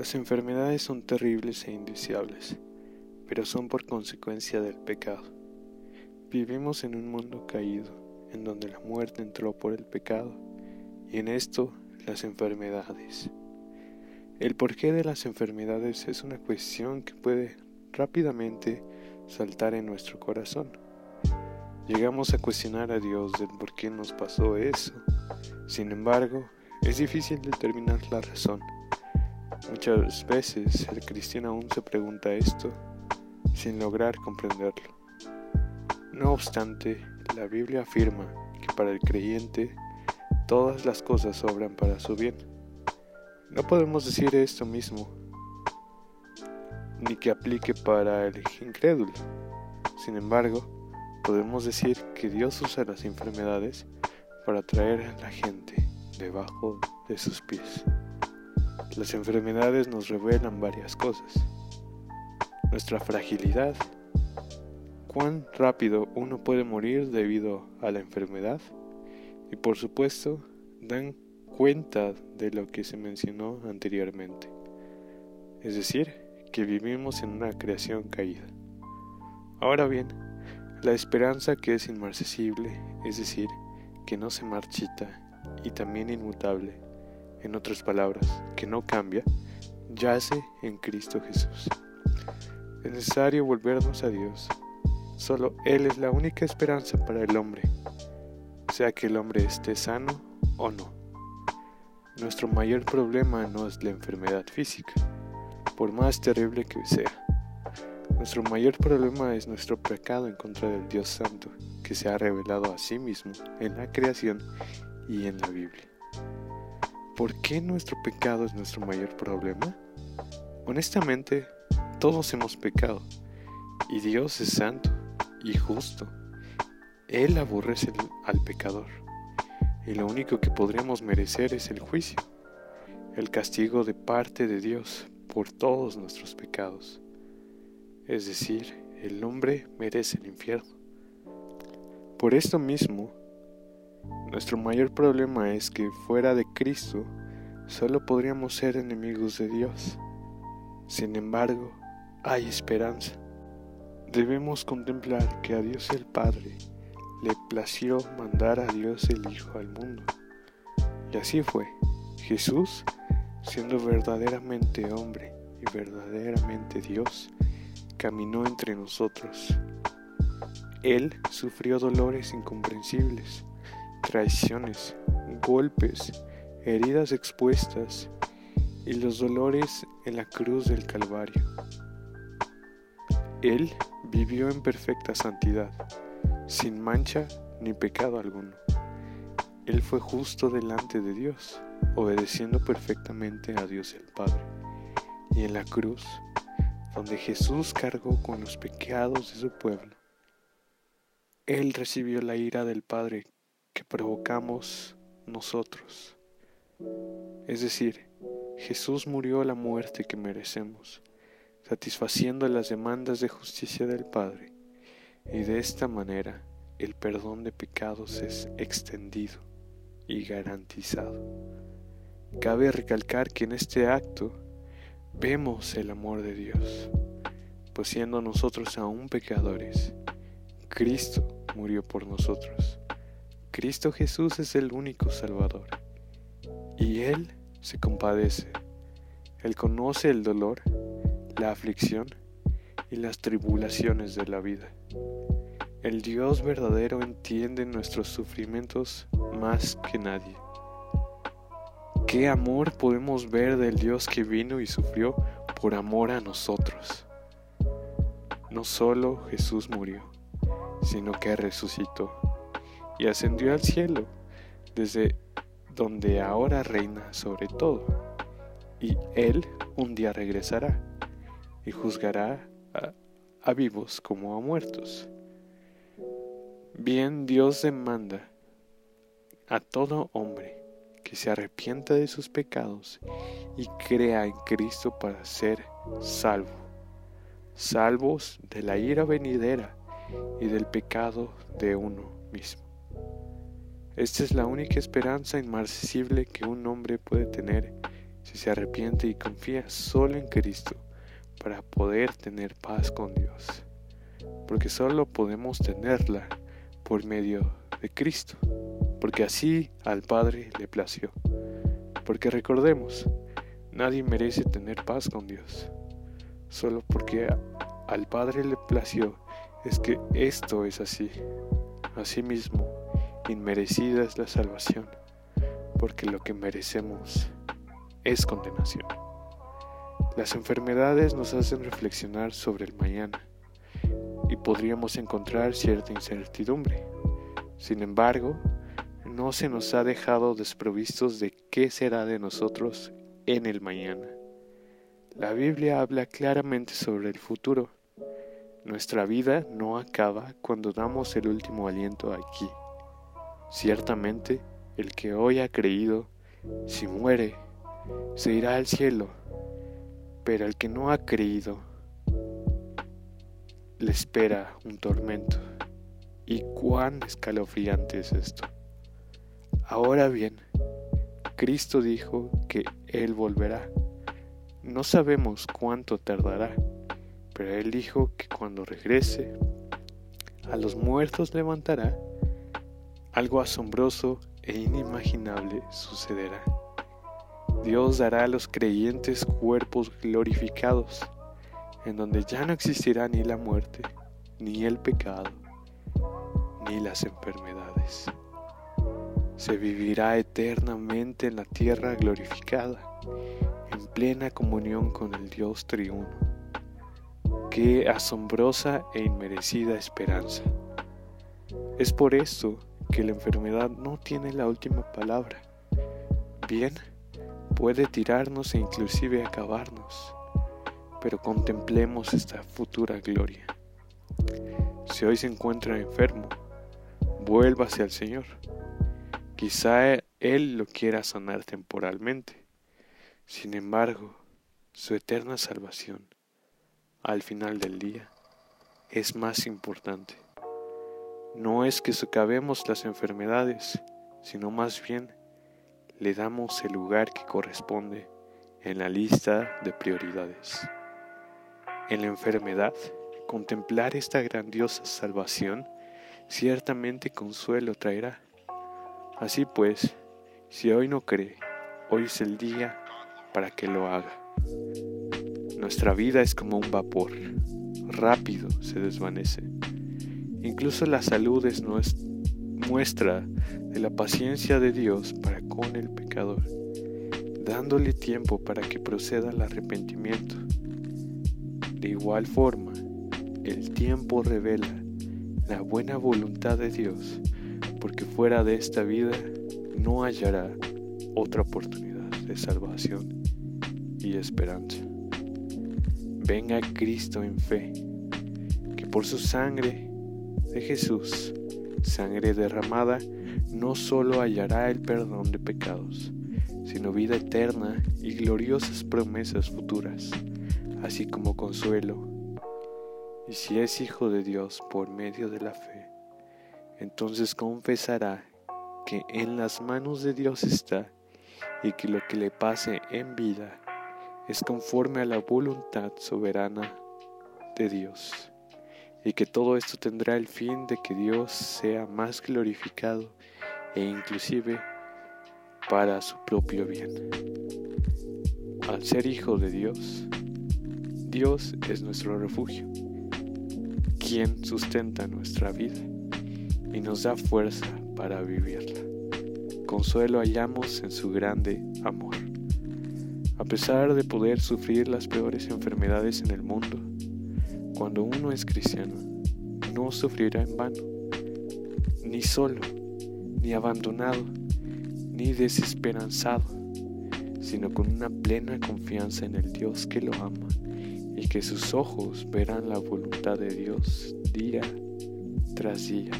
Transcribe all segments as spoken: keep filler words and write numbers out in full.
Las enfermedades son terribles e indeseables, pero son por consecuencia del pecado. Vivimos en un mundo caído, en donde la muerte entró por el pecado, y en esto las enfermedades. El porqué de las enfermedades es una cuestión que puede rápidamente saltar en nuestro corazón. Llegamos a cuestionar a Dios del por qué nos pasó eso. Sin embargo, es difícil determinar la razón. Muchas veces el cristiano aún se pregunta esto sin lograr comprenderlo. No obstante, la Biblia afirma que para el creyente todas las cosas obran para su bien. No podemos decir esto mismo, ni que aplique para el incrédulo. Sin embargo, podemos decir que Dios usa las enfermedades para traer a la gente debajo de sus pies. Las enfermedades nos revelan varias cosas. Nuestra fragilidad, cuán rápido uno puede morir debido a la enfermedad, y por supuesto, dan cuenta de lo que se mencionó anteriormente, es decir, que vivimos en una creación caída. Ahora bien, la esperanza que es inmarcesible, es decir, que no se marchita y también inmutable, en otras palabras, que no cambia, yace en Cristo Jesús. Es necesario volvernos a Dios. Solo Él es la única esperanza para el hombre, sea que el hombre esté sano o no. Nuestro mayor problema no es la enfermedad física, por más terrible que sea. Nuestro mayor problema es nuestro pecado en contra del Dios Santo, que se ha revelado a sí mismo en la creación y en la Biblia. ¿Por qué nuestro pecado es nuestro mayor problema? Honestamente, todos hemos pecado, y Dios es santo y justo. Él aborrece al pecador, y lo único que podríamos merecer es el juicio, el castigo de parte de Dios por todos nuestros pecados. Es decir, el hombre merece el infierno. Por esto mismo, nuestro mayor problema es que fuera de Cristo solo podríamos ser enemigos de Dios. Sin embargo, hay esperanza. Debemos contemplar que a Dios el Padre le plació mandar a Dios el Hijo al mundo. Y así fue. Jesús, siendo verdaderamente hombre y verdaderamente Dios, caminó entre nosotros. Él sufrió dolores incomprensibles, traiciones, golpes, heridas expuestas y los dolores en la cruz del Calvario. Él vivió en perfecta santidad, sin mancha ni pecado alguno. Él fue justo delante de Dios, obedeciendo perfectamente a Dios el Padre. Y en la cruz, donde Jesús cargó con los pecados de su pueblo, Él recibió la ira del Padre que provocamos nosotros. Es decir, Jesús murió la muerte que merecemos, satisfaciendo las demandas de justicia del Padre, y de esta manera el perdón de pecados es extendido y garantizado. Cabe recalcar que en este acto vemos el amor de Dios, pues siendo nosotros aún pecadores, Cristo murió por nosotros. Cristo Jesús es el único Salvador, y Él se compadece. Él conoce el dolor, la aflicción y las tribulaciones de la vida. El Dios verdadero entiende nuestros sufrimientos más que nadie. ¿Qué amor podemos ver del Dios que vino y sufrió por amor a nosotros? No solo Jesús murió, sino que resucitó y ascendió al cielo, desde donde ahora reina sobre todo. Y Él un día regresará y juzgará a, a vivos como a muertos. Bien, Dios demanda a todo hombre que se arrepienta de sus pecados y crea en Cristo para ser salvo, salvos de la ira venidera y del pecado de uno mismo. Esta es la única esperanza inmarcesible que un hombre puede tener si se arrepiente y confía solo en Cristo para poder tener paz con Dios, porque solo podemos tenerla por medio de Cristo, porque así al Padre le plació. Porque recordemos, nadie merece tener paz con Dios, solo porque al Padre le plació es que esto es así. Asimismo, inmerecida es la salvación, porque lo que merecemos es condenación. Las enfermedades nos hacen reflexionar sobre el mañana y podríamos encontrar cierta incertidumbre. Sin embargo, no se nos ha dejado desprovistos de qué será de nosotros en el mañana. La Biblia habla claramente sobre el futuro. Nuestra vida no acaba cuando damos el último aliento aquí. Ciertamente, el que hoy ha creído, si muere, se irá al cielo, pero el que no ha creído, le espera un tormento. ¿Y cuán escalofriante es esto? Ahora bien, Cristo dijo que Él volverá. No sabemos cuánto tardará, pero Él dijo que cuando regrese, a los muertos levantará. Algo asombroso e inimaginable sucederá. Dios dará a los creyentes cuerpos glorificados, en donde ya no existirá ni la muerte, ni el pecado, ni las enfermedades. Se vivirá eternamente en la tierra glorificada, en plena comunión con el Dios triuno. ¡Qué asombrosa e inmerecida esperanza! Es por esto que la enfermedad no tiene la última palabra. Bien, puede tirarnos e inclusive acabarnos, pero contemplemos esta futura gloria. Si hoy se encuentra enfermo, vuélvase al Señor. Quizá Él lo quiera sanar temporalmente. Sin embargo, su eterna salvación, al final del día, es más importante. No es que socavemos las enfermedades, sino más bien le damos el lugar que corresponde en la lista de prioridades. En la enfermedad, contemplar esta grandiosa salvación ciertamente consuelo traerá. Así pues, si hoy no cree, hoy es el día para que lo haga. Nuestra vida es como un vapor, rápido se desvanece. Incluso la salud es muestra de la paciencia de Dios para con el pecador, dándole tiempo para que proceda al arrepentimiento. De igual forma, el tiempo revela la buena voluntad de Dios, porque fuera de esta vida no hallará otra oportunidad de salvación y esperanza. Venga Cristo en fe, que por su sangre de Jesús, sangre derramada, no solo hallará el perdón de pecados, sino vida eterna y gloriosas promesas futuras, así como consuelo. Y si es hijo de Dios por medio de la fe, entonces confesará que en las manos de Dios está y que lo que le pase en vida es conforme a la voluntad soberana de Dios, y que todo esto tendrá el fin de que Dios sea más glorificado e inclusive para su propio bien. Al ser hijo de Dios, Dios es nuestro refugio, quien sustenta nuestra vida y nos da fuerza para vivirla. Consuelo hallamos en su grande amor. A pesar de poder sufrir las peores enfermedades en el mundo, cuando uno es cristiano, no sufrirá en vano, ni solo, ni abandonado, ni desesperanzado, sino con una plena confianza en el Dios que lo ama y que sus ojos verán la voluntad de Dios día tras día.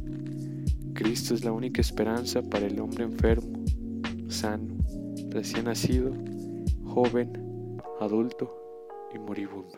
Cristo es la única esperanza para el hombre enfermo, sano, recién nacido, joven, adulto y moribundo.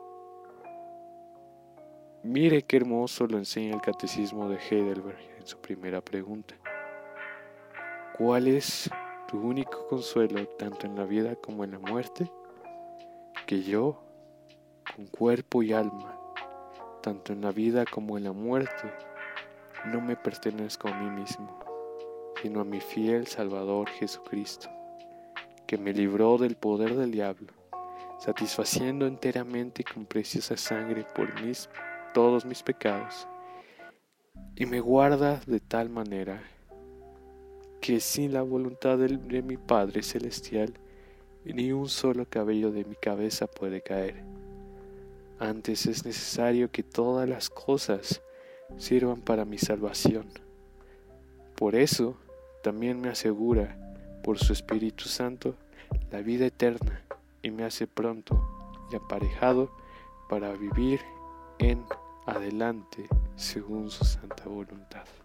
Mire qué hermoso lo enseña el Catecismo de Heidelberg en su primera pregunta. ¿Cuál es tu único consuelo tanto en la vida como en la muerte, que yo, con cuerpo y alma, tanto en la vida como en la muerte, no me pertenezco a mí mismo, sino a mi fiel Salvador Jesucristo, que me libró del poder del diablo, satisfaciendo enteramente con preciosa sangre por mis, todos mis pecados, y me guarda de tal manera que sin la voluntad de, de mi Padre Celestial, ni un solo cabello de mi cabeza puede caer. Antes es necesario que todas las cosas sirvan para mi salvación. Por eso también me asegura, por su Espíritu Santo, la vida eterna y me hace pronto y aparejado para vivir en adelante según su santa voluntad.